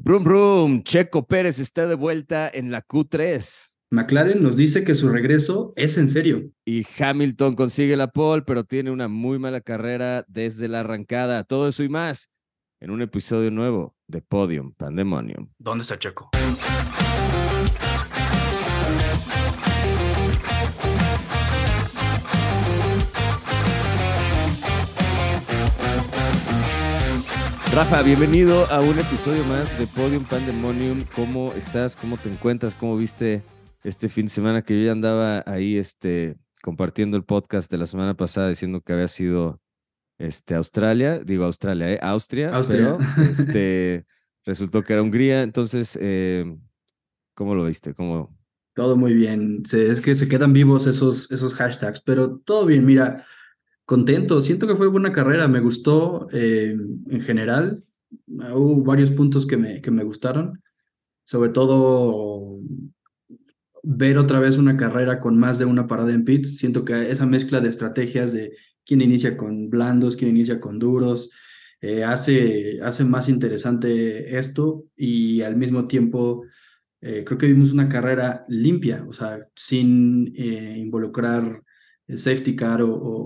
Brum, brum, Checo Pérez está de vuelta en la Q3 McLaren nos dice que su regreso es en serio. y Hamilton consigue la pole, pero tiene una muy mala carrera desde la arrancada. Todo eso y más en un episodio nuevo de Podium Pandemonium. ¿Dónde está Checo? Rafa, bienvenido a un episodio más de Podium Pandemonium. ¿Cómo estás? ¿Cómo te encuentras? ¿Cómo viste este fin de semana que yo ya andaba ahí compartiendo el podcast de la semana pasada diciendo que había sido Australia, digo Australia, Austria, Austria. pero resultó que era Hungría. Entonces, ¿cómo lo viste? ¿Cómo? Todo muy bien. Es que se quedan vivos esos hashtags, pero todo bien. Mira, contento. Siento que fue buena carrera. Me gustó en general. Hubo varios puntos que me gustaron. Sobre todo ver otra vez una carrera con más de una parada en pits. Siento que esa mezcla de estrategias de quién inicia con blandos, quién inicia con duros, hace más interesante esto y al mismo tiempo creo que vimos una carrera limpia, o sea, sin involucrar safety car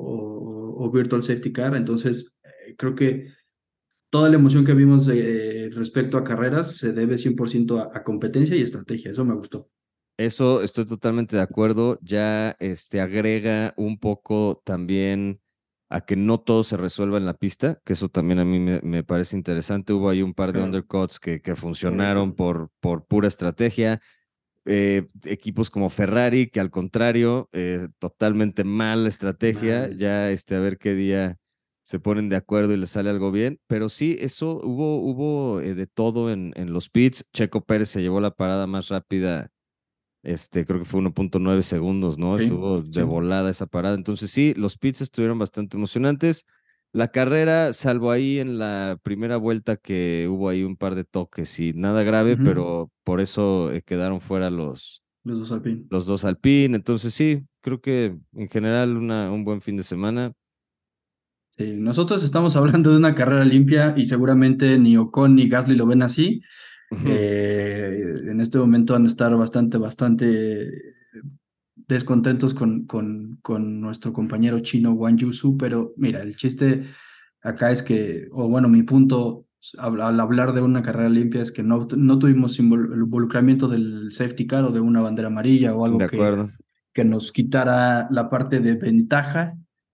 o virtual safety car. Entonces, creo que toda la emoción que vimos respecto a carreras se debe 100% a competencia y estrategia. Eso me gustó. Eso estoy totalmente de acuerdo. Ya agrega un poco también a que no todo se resuelva en la pista, que eso también a mí me parece interesante. Hubo ahí un par de Claro, undercuts que correcto. funcionaron por pura estrategia. Equipos como Ferrari, que al contrario, totalmente mala estrategia. Mal. Ya a ver qué día se ponen de acuerdo y les sale algo bien. Pero sí, eso hubo de todo en los pits. Checo Pérez se llevó la parada más rápida, creo que fue 1.9 segundos, ¿no? Sí, Estuvo de sí. volada esa parada. Entonces sí, los pits estuvieron bastante emocionantes. La carrera, salvo ahí en la primera vuelta que hubo ahí un par de toques y nada grave, Ujú. pero por eso quedaron fuera Los dos Alpine. los dos Alpine. Entonces sí, creo que en general un buen fin de semana. Sí, nosotros estamos hablando de una carrera limpia y seguramente ni Ocon ni Gasly lo ven así. Ujú. En este momento han de estar bastante descontentos con nuestro compañero chino Wang Yusu, pero mira, el chiste acá es que, o bueno, mi punto al hablar de una carrera limpia es que no tuvimos el involucramiento del safety car o de una bandera amarilla o De algo acuerdo. que nos quitara la parte de ventaja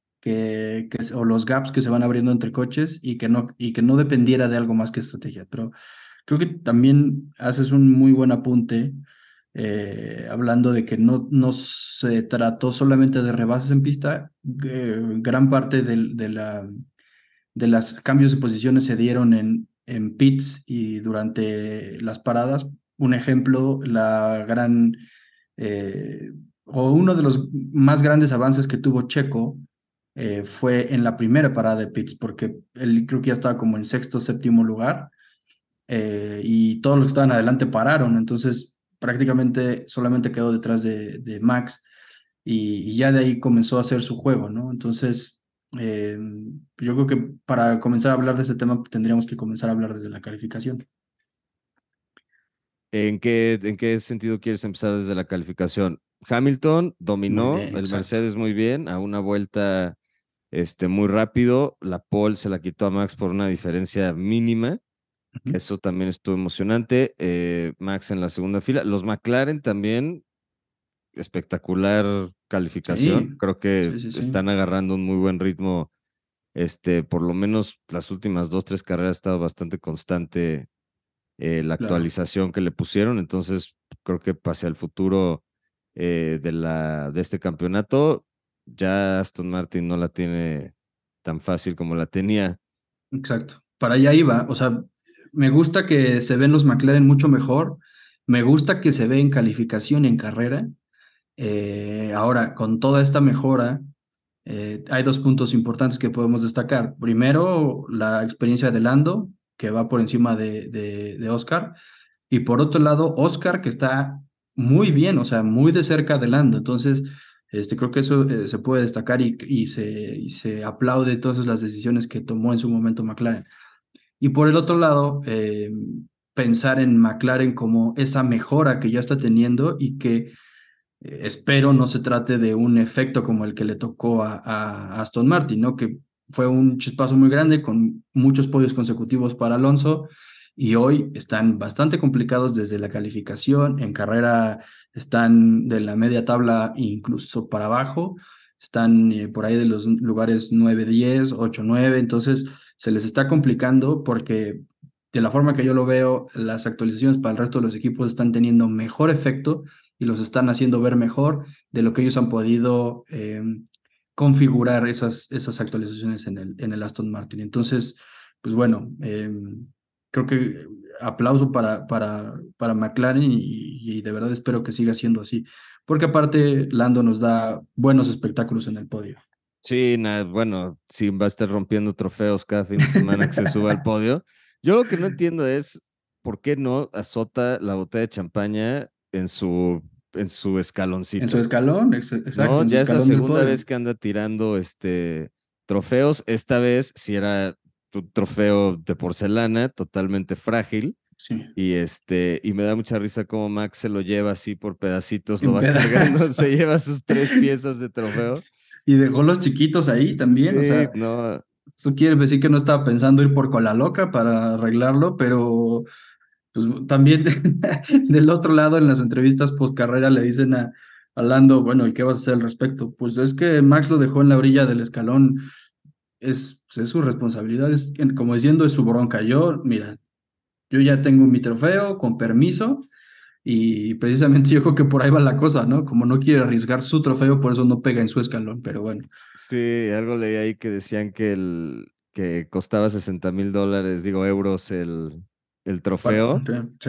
o los gaps que se van abriendo entre coches y que no dependiera de algo más que estrategia. Pero creo que también haces un muy buen apunte hablando de que no se trató solamente de rebases en pista. Gran parte de los cambios de posiciones se dieron en pits y durante las paradas. Un ejemplo, eh, o uno de los más grandes avances que tuvo Checo fue en la primera parada de pits, porque él creo que ya estaba como en sexto o séptimo lugar y todos los que estaban adelante pararon, entonces prácticamente solamente quedó detrás de Max y ya de ahí comenzó a hacer su juego, ¿no? Entonces, eh, yo creo que para comenzar a hablar de ese tema tendríamos que comenzar a hablar desde la calificación. ¿En qué sentido quieres empezar desde la calificación? Hamilton Muy dominó bien, el exacto. Mercedes muy bien a una vuelta muy rápido. La pole se la quitó a Max por una diferencia mínima, que Ujú. eso también estuvo emocionante. Max en la segunda fila. Los McLaren también, espectacular calificación. Sí, Creo que sí, sí, sí, están agarrando un muy buen ritmo. Por lo menos las últimas dos, tres carreras ha estado bastante constante la claro. actualización que le pusieron. Entonces, creo que hacia el futuro de este campeonato, ya Aston Martin no la tiene tan fácil como la tenía. Exacto. Para allá iba. O sea, me gusta que se ven los McLaren mucho mejor. Me gusta que se ve en calificación en carrera. Ahora, con toda esta mejora, hay dos puntos importantes que podemos destacar. Primero, la experiencia de Lando, que va por encima de Oscar. Y por otro lado, Oscar, que está muy bien, o sea, muy de cerca de Lando. Entonces, creo que eso se puede destacar y se aplaude entonces las decisiones que tomó en su momento McLaren. Y por el otro lado, pensar en McLaren como esa mejora que ya está teniendo y que espero no se trate de un efecto como el que le tocó a Aston Martin, ¿no? Que fue un chispazo muy grande con muchos podios consecutivos para Alonso y hoy están bastante complicados desde la calificación, en carrera están de la media tabla incluso para abajo, están por ahí de los lugares 9, 10, 8, 9, entonces se les está complicando porque de la forma que yo lo veo, las actualizaciones para el resto de los equipos están teniendo mejor efecto y los están haciendo ver mejor de lo que ellos han podido configurar esas actualizaciones en el Aston Martin. Entonces, pues bueno, creo que aplauso para McLaren y de verdad espero que siga siendo así, porque aparte Lando nos da buenos espectáculos en el podio. Sí, bueno, si va a estar rompiendo trofeos cada fin de semana que se suba al podio. Yo lo que no entiendo es por qué no azota la botella de champaña en su En su escaloncito, escalón, ¿no? exacto, en su Ya es la escalón del segunda podio. vez que anda tirando trofeos. Esta vez si era tu trofeo de porcelana, totalmente frágil. Sí, Y me da mucha risa cómo Max se lo lleva así por pedacitos, lo en va cargando, se pedazos. lleva sus 3 piezas de trofeo. Y dejó los chiquitos ahí también, o Sí, sea, no, eso quiere decir que no estaba pensando ir por cola loca para arreglarlo, pero pues también del otro lado en las entrevistas post carrera le dicen a Lando, bueno, ¿y qué vas a hacer al respecto? Pues es que Max lo dejó en la orilla del escalón, pues, es su responsabilidad, como diciendo, es su bronca. Yo, mira, yo ya tengo mi trofeo con permiso y precisamente yo creo que por ahí va la cosa, ¿no? Como no quiere arriesgar su trofeo, por eso no pega en su escalón, pero bueno. sí, algo leí ahí que decían que costaba $60,000, digo, euros el trofeo, Sí,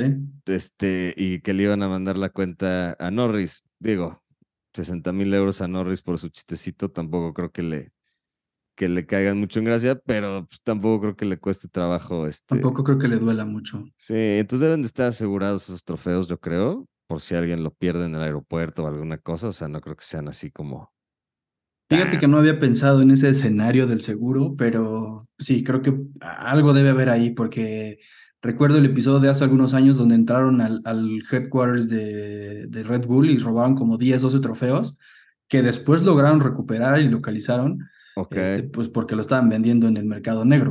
y que le iban a mandar la cuenta a Norris. Digo, 60,000 euros a Norris por su chistecito, tampoco creo que le caigan mucho en gracia, pero pues, tampoco creo que le cueste trabajo. tampoco creo que le duela mucho. Sí, entonces deben de estar asegurados esos trofeos, yo creo, por si alguien lo pierde en el aeropuerto o alguna cosa, o sea, no creo que sean así como Fíjate que tan... no había pensado en ese escenario del seguro, pero sí, creo que algo debe haber ahí, porque recuerdo el episodio de hace algunos años donde entraron al headquarters de Red Bull y robaron como 10 12 trofeos, que después lograron recuperar y localizaron, Ok, pues porque lo estaban vendiendo en el mercado negro,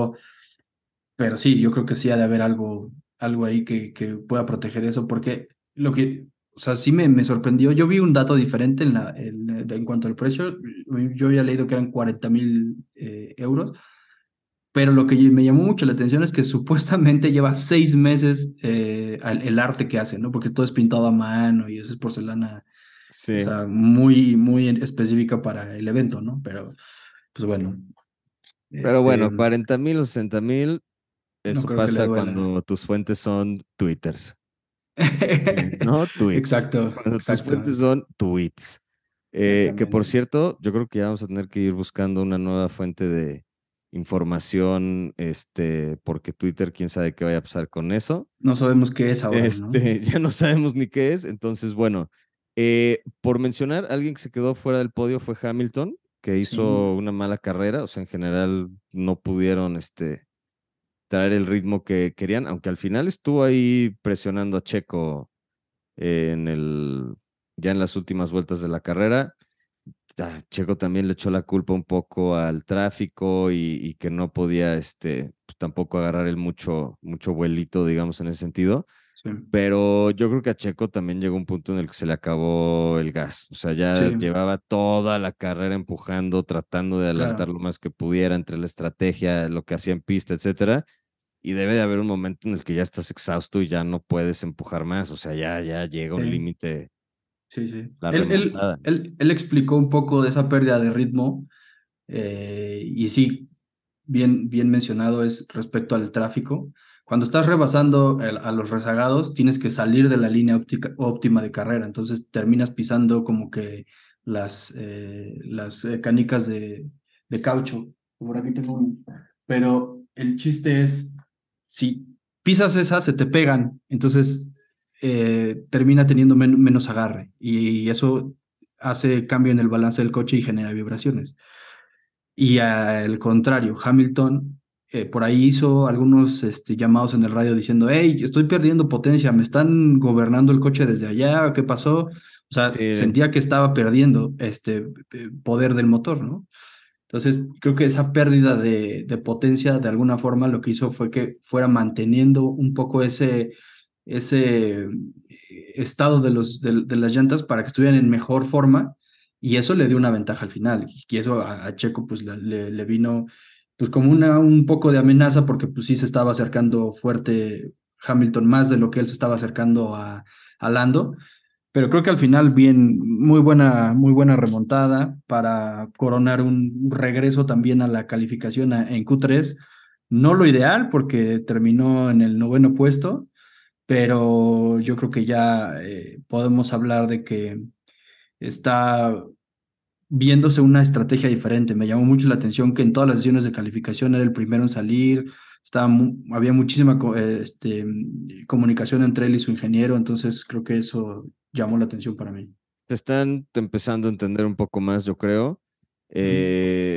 pero sí, yo creo que sí ha de haber algo ahí que pueda proteger eso, porque o sea, sí me sorprendió. Yo vi un dato diferente en cuanto al precio. Yo había leído que eran 40,000 euros, pero lo que me llamó mucho la atención es que supuestamente lleva 6 meses el arte que hace, ¿no? Porque todo es pintado a mano y eso es porcelana, o sí. sea, muy, muy específica para el evento, ¿no? Pero, pues bueno, Pero este, bueno, 40,000 o 60,000, no eso creo que le pasa duela. cuando tus fuentes son twitters, no tweets, Exacto, cuando tus exacto. fuentes son tweets. Que por Exactamente. cierto, yo creo que ya vamos a tener que ir buscando una nueva fuente de información, porque Twitter, quién sabe qué vaya a pasar con eso. No sabemos qué es ahora, ¿no? Ya no sabemos ni qué es. Entonces, bueno, por mencionar, alguien que se quedó fuera del podio fue Hamilton, que hizo Sí, una mala carrera. O sea, en general no pudieron traer el ritmo que querían, aunque al final estuvo ahí presionando a Checo ya en las últimas vueltas de la carrera. Checo también le echó la culpa un poco al tráfico y que no podía pues, tampoco agarrar el mucho vuelito, digamos, en ese sentido. sí, Pero yo creo que a Checo también llegó un punto en el que se le acabó el gas. O sea, ya sí, llevaba toda la carrera empujando, tratando de adelantar claro. lo más que pudiera entre la estrategia, lo que hacía en pista, etcétera. Y debe de haber un momento en el que ya estás exhausto y ya no puedes empujar más. O sea, ya llega un Sí, límite sí, sí. la Él, remontada. él, él explicó un poco de esa pérdida de ritmo y sí, bien, bien mencionado es respecto al tráfico. Cuando estás rebasando a los rezagados, tienes que salir de la línea óptima de carrera, entonces terminas pisando como que las canicas de caucho. Por aquí tengo un... Pero el chiste es, si pisas esas, se te pegan, entonces termina teniendo menos agarre y eso hace cambio en el balance del coche y genera vibraciones. Y al contrario, Hamilton por ahí hizo algunos llamados en el radio diciendo, hey, estoy perdiendo potencia, me están gobernando el coche desde allá, ¿qué pasó? O sea, Sí, sentía que estaba perdiendo poder del motor, ¿no? Entonces, creo que esa pérdida de potencia, de alguna forma, lo que hizo fue que fuera manteniendo un poco ese estado de las llantas para que estuvieran en mejor forma, y eso le dio una ventaja al final, y eso a Checo pues le vino pues como un poco de amenaza, porque pues sí se estaba acercando fuerte Hamilton, más de lo que él se estaba acercando a Lando. Pero creo que al final, bien, muy buena remontada para coronar un regreso también a la calificación en Q3. No lo ideal, porque terminó en el noveno puesto, pero yo creo que ya podemos hablar de que está viéndose una estrategia diferente. Me llamó mucho la atención que en todas las sesiones de calificación era el primero en salir. Había muchísima comunicación entre él y su ingeniero, entonces creo que eso llamó la atención para mí. se están empezando a entender un poco más, yo creo. Ujú,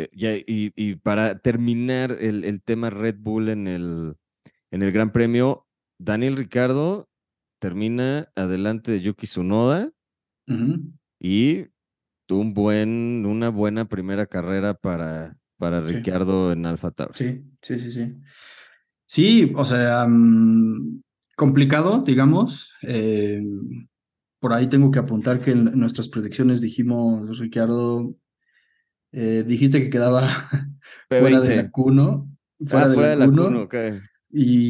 Y para terminar el tema Red Bull en el Gran Premio, Daniel Ricciardo termina adelante de Yuki Tsunoda ujú, y tuvo una buena primera carrera para sí, Ricciardo en Alfa Tauri. sí, sí, sí, sí. Sí, o sea, complicado, digamos. Por ahí tengo que apuntar que en nuestras predicciones dijimos, Ricardo, dijiste que quedaba fuera de la P20. Q1, Ah, fuera de fuera la de la Q1, Q1, ok. y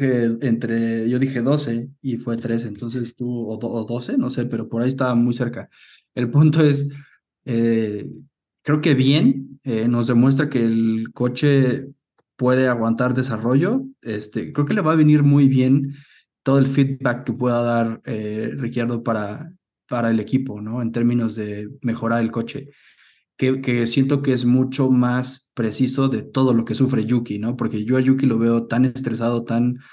yo dije 12 y fue 13, entonces tú, o 12, no sé, pero por ahí estaba muy cerca. El punto es, eh, creo que bien, nos demuestra que el coche puede aguantar desarrollo. Creo que le va a venir muy bien todo el feedback que pueda dar Ricciardo para el equipo, ¿no? En términos de mejorar el coche, que siento que es mucho más preciso de todo lo que sufre Yuki, ¿no? Porque yo a Yuki lo veo tan estresado,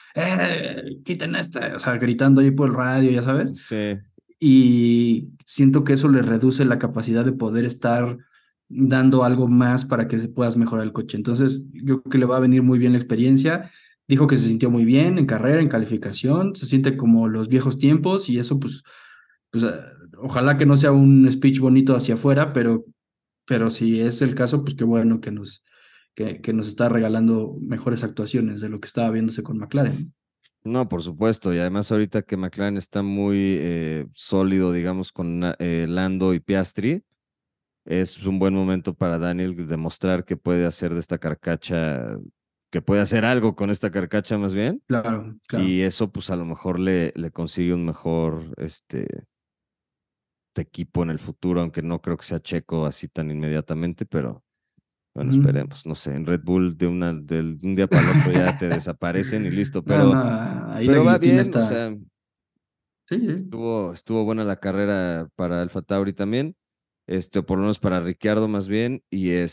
quiten o sea, gritando ahí por el radio, ya sabes, Sí. y siento que eso le reduce la capacidad de poder estar dando algo más para que se puedas mejorar el coche. Entonces, yo creo que le va a venir muy bien la experiencia. Dijo que se sintió muy bien en carrera, en calificación, se siente como los viejos tiempos, y eso pues ojalá que no sea un speech bonito hacia afuera, pero si es el caso, pues qué bueno que nos está regalando mejores actuaciones de lo que estaba viéndose con McLaren. No, por supuesto. Y además ahorita que McLaren está muy sólido, digamos, con Lando y Piastri, es un buen momento para Daniel demostrar que puede hacer de esta carcacha, que puede hacer algo con esta carcacha más bien. Claro, claro. Y eso pues a lo mejor le consigue un mejor de equipo en el futuro, aunque no creo que sea Checo así tan inmediatamente, pero bueno, Ujú. esperemos. No sé, en Red Bull de un día para el otro ya te desaparecen y listo, No, no, ahí la pero va guillotina bien, o está. sea, Sí, sí. estuvo buena la carrera para Alfa Tauri también, o por lo menos para Ricciardo más bien,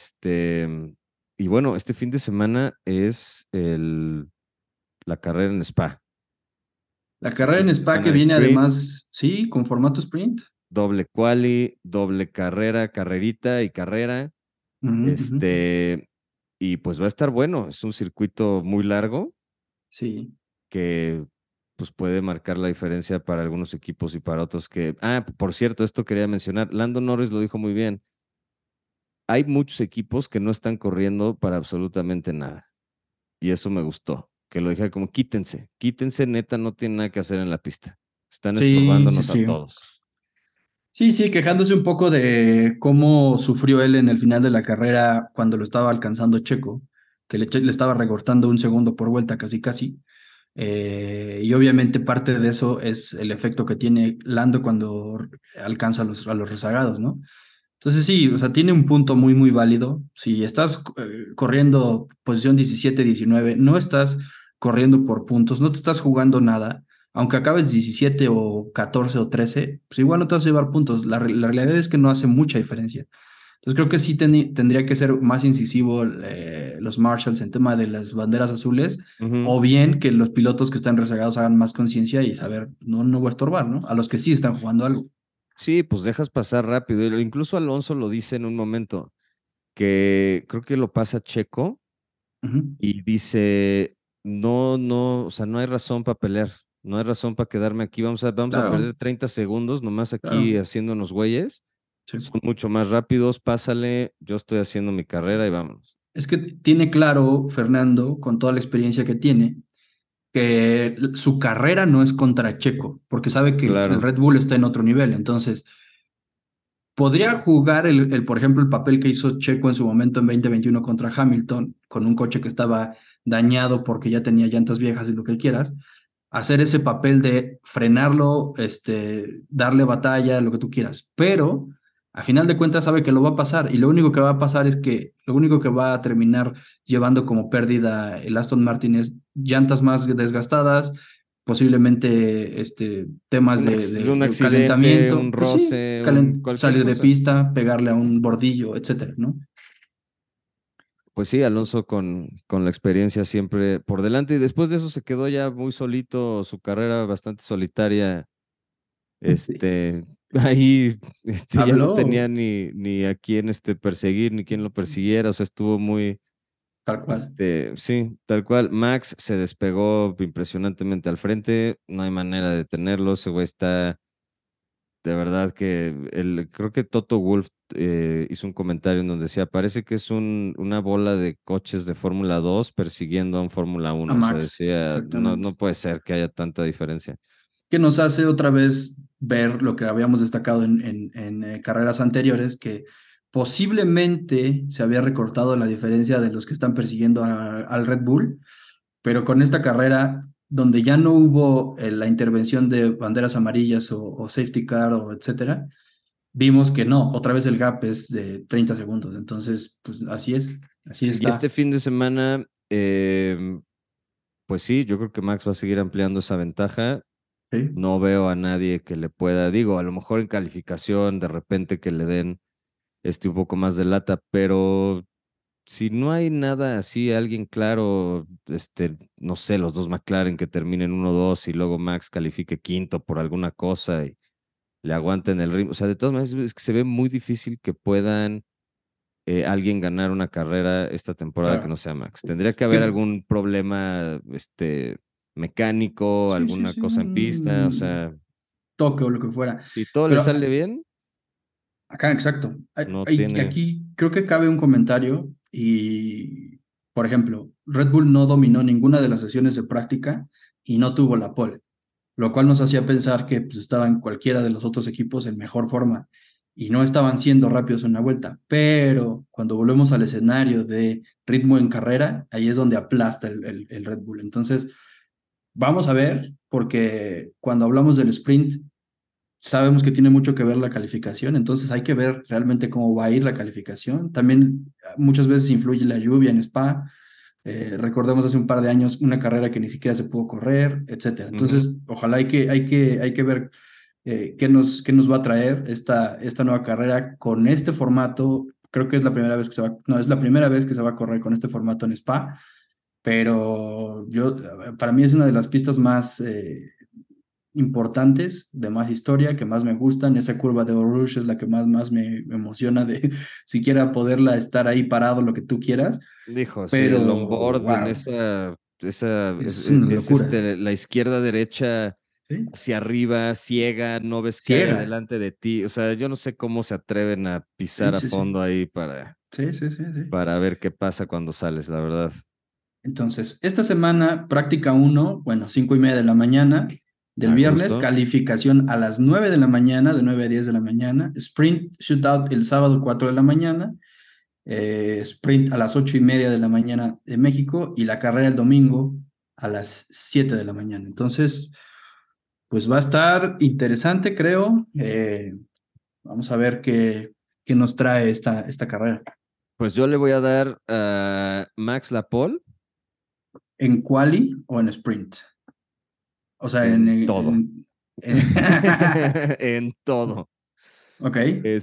y bueno, este fin de semana es la carrera en Spa. La Es un carrera fin en de Spa que semana de viene sprint, además, sí, con formato sprint. doble quali, doble carrera, carrerita y carrera. Ujú, ujú. Este, y pues va a estar bueno. Es un circuito muy largo Sí. que pues puede marcar la diferencia para algunos equipos y para otros que. Ah, por cierto, esto quería mencionar. Lando Norris lo dijo muy bien. Hay muchos equipos que no están corriendo para absolutamente nada. Y eso me gustó. Que lo dije como quítense, quítense, neta, no tienen nada que hacer en la pista. Están Sí, sí, estorbándonos a sí. todos. Sí, sí, quejándose un poco de cómo sufrió él en el final de la carrera cuando lo estaba alcanzando Checo, que le estaba recortando un segundo por vuelta casi casi. Y obviamente parte de eso es el efecto que tiene Lando cuando alcanza a los rezagados, ¿no? Entonces sí, o sea, tiene un punto muy válido. Si estás corriendo posición 17, 19, no estás corriendo por puntos, no te estás jugando nada. Aunque acabes 17 o 14 o 13, pues igual no te vas a llevar puntos. La realidad es que no hace mucha diferencia. Entonces creo que sí tendría que ser más incisivo los Marshalls en tema de las banderas azules, Ujú. o bien que los pilotos que están rezagados hagan más conciencia y saber, no, no voy a estorbar, ¿no? A los que sí están jugando algo. Sí, pues dejas pasar rápido. Incluso Alonso lo dice en un momento, que creo que lo pasa Checo Ujú. y dice, no, no, o sea, no hay razón para pelear, no hay razón para quedarme aquí, vamos a Claro, perder 30 segundos nomás aquí claro. haciéndonos güeyes, Sí. son mucho más rápidos, pásale, yo estoy haciendo mi carrera y vámonos. Es que tiene claro, Fernando, con toda la experiencia que tiene, que su carrera no es contra Checo, porque sabe que el Claro, Red Bull está en otro nivel. Entonces, podría jugar por ejemplo, el papel que hizo Checo en su momento en 2021 contra Hamilton, con un coche que estaba dañado porque ya tenía llantas viejas y lo que quieras, hacer ese papel de frenarlo, darle batalla, lo que tú quieras. Pero a final de cuentas sabe que lo va a pasar y lo único que va a pasar es que lo único que va a terminar llevando como pérdida el Aston Martin es llantas más desgastadas, posiblemente temas un de accidente, calentamiento, un pues sí, roce, un cualquier salir de cosa. pista, pegarle a un bordillo, etcétera, ¿no? Pues sí, Alonso con la experiencia siempre por delante y después de eso se quedó ya muy solito, su carrera bastante solitaria, Sí. ahí, ya no Habló tenía ni a quién, perseguir, ni quién lo persiguiera, o sea, estuvo muy, tal cual. sí, tal cual. Max se despegó impresionantemente al frente, no hay manera de detenerlo, ese güey está, de verdad que, creo que Toto Wolff hizo un comentario en donde decía, parece que es una bola de coches de Fórmula 2 persiguiendo a un Fórmula A 1, o sea, Max, decía, no, exactamente. no puede ser que haya tanta diferencia. Que nos hace otra vez ver lo que habíamos destacado en carreras anteriores, que posiblemente se había recortado la diferencia de los que están persiguiendo al Red Bull, pero con esta carrera, donde ya no hubo la intervención de banderas amarillas o safety car o etcétera, vimos que no, otra vez el gap es de 30 segundos. Entonces, pues así es, así Y este está. fin de semana, pues sí, yo creo que Max va a seguir ampliando esa ventaja. ¿Sí? No veo a nadie que le pueda, digo, a lo mejor en calificación, de repente que le den un poco más de lata, pero si no hay nada así, alguien claro, no sé, los dos McLaren que terminen 1-2 y luego Max califique quinto por alguna cosa y le aguanten el ritmo. O sea, de todas maneras, es que se ve muy difícil que puedan alguien ganar una carrera esta temporada que Claro. no sea Max. Tendría que haber Que, algún problema, mecánico, sí, sí, alguna sí, cosa en pista, o un sea, toque o lo que fuera. si todo le Pero sale bien, acá, exacto. no tiene. Aquí creo que cabe un comentario y, por ejemplo, Red Bull no dominó ninguna de las sesiones de práctica y no tuvo la pole, lo cual nos hacía pensar que pues, estaban cualquiera de los otros equipos en mejor forma y no estaban siendo rápidos en la vuelta. Pero cuando volvemos al escenario de ritmo en carrera, ahí es donde aplasta el Red Bull. Entonces, vamos a ver, porque cuando hablamos del sprint, sabemos que tiene mucho que ver la calificación, entonces hay que ver realmente cómo va a ir la calificación. También muchas veces influye la lluvia en Spa. Recordemos hace un par de años una carrera que ni siquiera se pudo correr, etcétera. Ujú. Entonces, ojalá hay que ver qué nos va a traer esta nueva carrera con este formato. Creo que es la primera vez que se va, no, es la primera vez que se va a correr con este formato en Spa, pero para mí es una de las pistas más importantes, de más historia, que más me gustan. Esa curva de Eau Rouge es la que más me emociona de siquiera poderla estar ahí parado, lo que tú quieras, Dijo, sí, pero el onboard en wow, esa es una locura. la izquierda-derecha ¿Sí? hacia arriba, ciega, no ves qué hay Ciega. adelante de ti. O sea, yo no sé cómo se atreven a pisar Sí, a sí, sí. fondo ahí Sí, sí, sí, sí. para ver qué pasa cuando sales, la verdad. Entonces, esta semana, práctica uno, bueno, 5:30 de la mañana del A viernes, gusto. calificación a las 9 de la mañana, de 9 a 10 de la mañana, sprint shootout el sábado 4 de la mañana, sprint a las 8:30 de la mañana de México y la carrera el domingo a las 7 de la mañana. Entonces, pues va a estar interesante, creo. Vamos a ver qué nos trae esta carrera. Pues yo le voy a dar a Max Lapol ¿En quali o en sprint? O sea, en todo. en- En todo. Ok,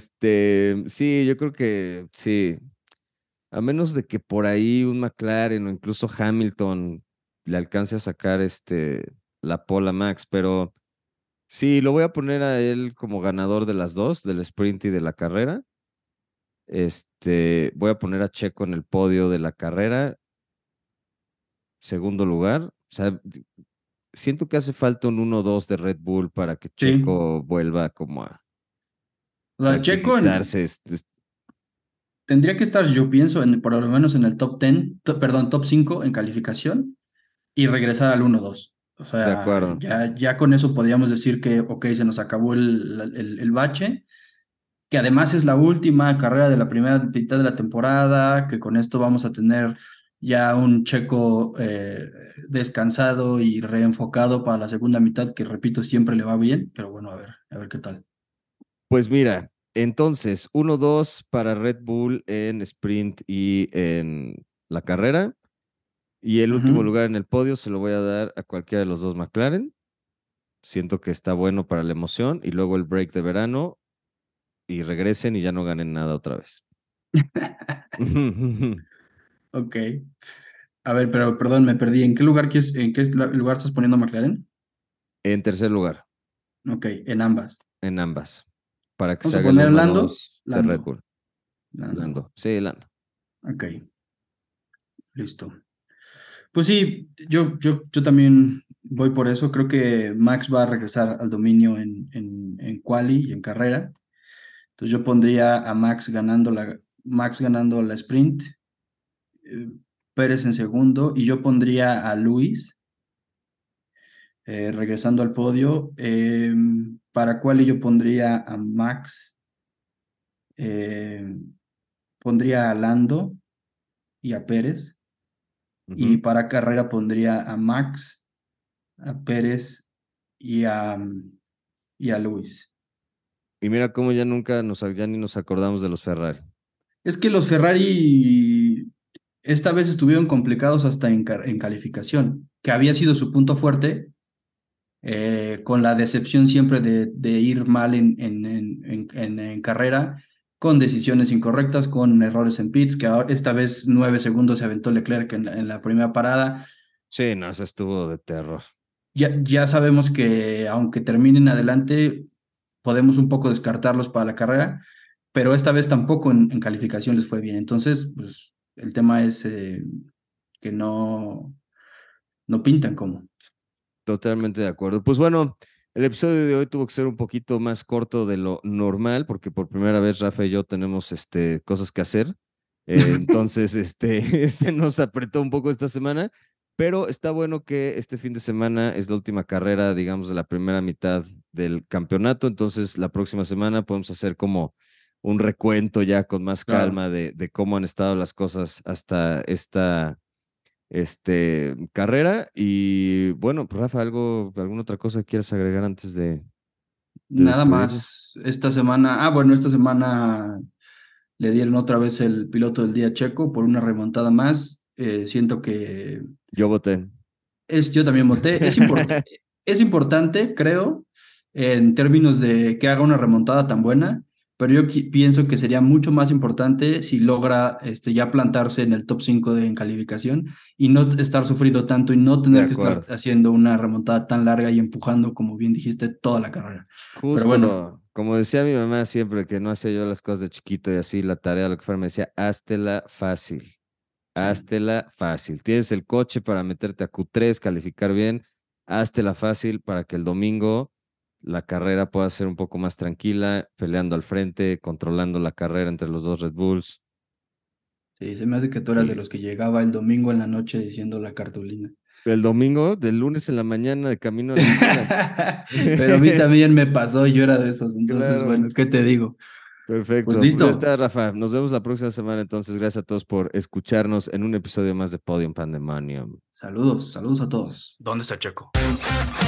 Sí, yo creo que sí. A menos de que por ahí un McLaren o incluso Hamilton le alcance a sacar la pole a Max, pero sí, lo voy a poner a él como ganador de las dos, del sprint y de la carrera. Voy a poner a Checo en el podio de la carrera segundo lugar. O sea, siento que hace falta un 1-2 de Red Bull para que Sí. Checo vuelva como a O sea, tranquilizarse. tendría que estar, yo pienso, por lo menos en el top 10, perdón, top 5 en calificación y regresar al 1-2. O De sea, acuerdo. ya con eso podríamos decir que, ok, se nos acabó el bache, que además es la última carrera de la primera mitad de la temporada, que con esto vamos a tener ya un Checo descansado y reenfocado para la segunda mitad, que repito, siempre le va bien, pero bueno, a ver qué tal. Pues mira, entonces 1-2 para Red Bull en sprint y en la carrera. Y el último Ujú. lugar en el podio se lo voy a dar a cualquiera de los dos McLaren. Siento que está bueno para la emoción. Y luego el break de verano y regresen y ya no ganen nada otra vez. Ok. A ver, pero perdón, me perdí. En qué lugar estás poniendo a McLaren? En tercer lugar, Ok, en ambas. en ambas, para que Vamos se a haga el poner a Lando. 1-2 de Red Lando. Bull. Lando. Lando, sí, Lando. Ok, listo. Pues sí, yo también voy por eso. Creo que Max va a regresar al dominio en quali y en carrera. Entonces yo pondría a Max ganando la sprint, eh, Pérez en segundo, y yo pondría a Luis regresando al podio. Para quali yo pondría a Max, eh, pondría a Lando y a Pérez. Y Ujú. para carrera pondría a Max, a Pérez y a Luis. Y mira cómo ya nunca ya ni nos acordamos de los Ferrari. Es que los Ferrari esta vez estuvieron complicados hasta en calificación, que había sido su punto fuerte, con la decepción siempre de ir mal en carrera, con decisiones incorrectas, con errores en pits, que esta vez 9 segundos se aventó Leclerc en la primera parada. Sí, no, eso estuvo de terror. Ya sabemos que aunque terminen adelante, podemos un poco descartarlos para la carrera, pero esta vez tampoco en calificación les fue bien. Entonces, pues el tema es que no pintan como. Totalmente de acuerdo. Pues bueno, el episodio de hoy tuvo que ser un poquito más corto de lo normal, porque por primera vez Rafa y yo tenemos cosas que hacer. Entonces, se nos apretó un poco esta semana, pero está bueno que este fin de semana es la última carrera, digamos, de la primera mitad del campeonato. Entonces, la próxima semana podemos hacer como un recuento ya con más Claro. calma de cómo han estado las cosas hasta esta carrera. Y bueno, pues, Rafa, alguna otra cosa que quieras agregar antes de Nada despedirnos? más esta semana. Ah, bueno, esta semana le dieron otra vez el piloto del día a Checo por una remontada más. Siento que Yo voté. yo también voté. Es importante, creo, en términos de que haga una remontada tan buena, pero yo pienso que sería mucho más importante si logra ya plantarse en el top 5 en calificación y no estar sufriendo tanto y no De tener que estar acuerdo. haciendo una remontada tan larga y empujando, como bien dijiste, toda la carrera. Pero bueno, Justo, como decía mi mamá siempre, que no hacía yo las cosas de chiquito y así, la tarea, lo que fuera, me decía, háztela fácil, sí. háztela fácil. Tienes el coche para meterte a Q3, calificar bien, háztela fácil para que el domingo la carrera pueda ser un poco más tranquila, peleando al frente, controlando la carrera entre los dos Red Bulls. Sí, se me hace que tú Y eras de los que listo. llegaba el domingo en la noche diciendo la cartulina. El domingo, del lunes en la mañana de camino a la escuela. Pero a mí también me pasó, yo era de esos, entonces, Claro, bueno, ¿qué te digo? Pues perfecto. Pues ya está, listo. Rafa. Nos vemos la próxima semana. Entonces, gracias a todos por escucharnos en un episodio más de Podium Pandemonium. Saludos, saludos a todos. ¿Dónde está Checo?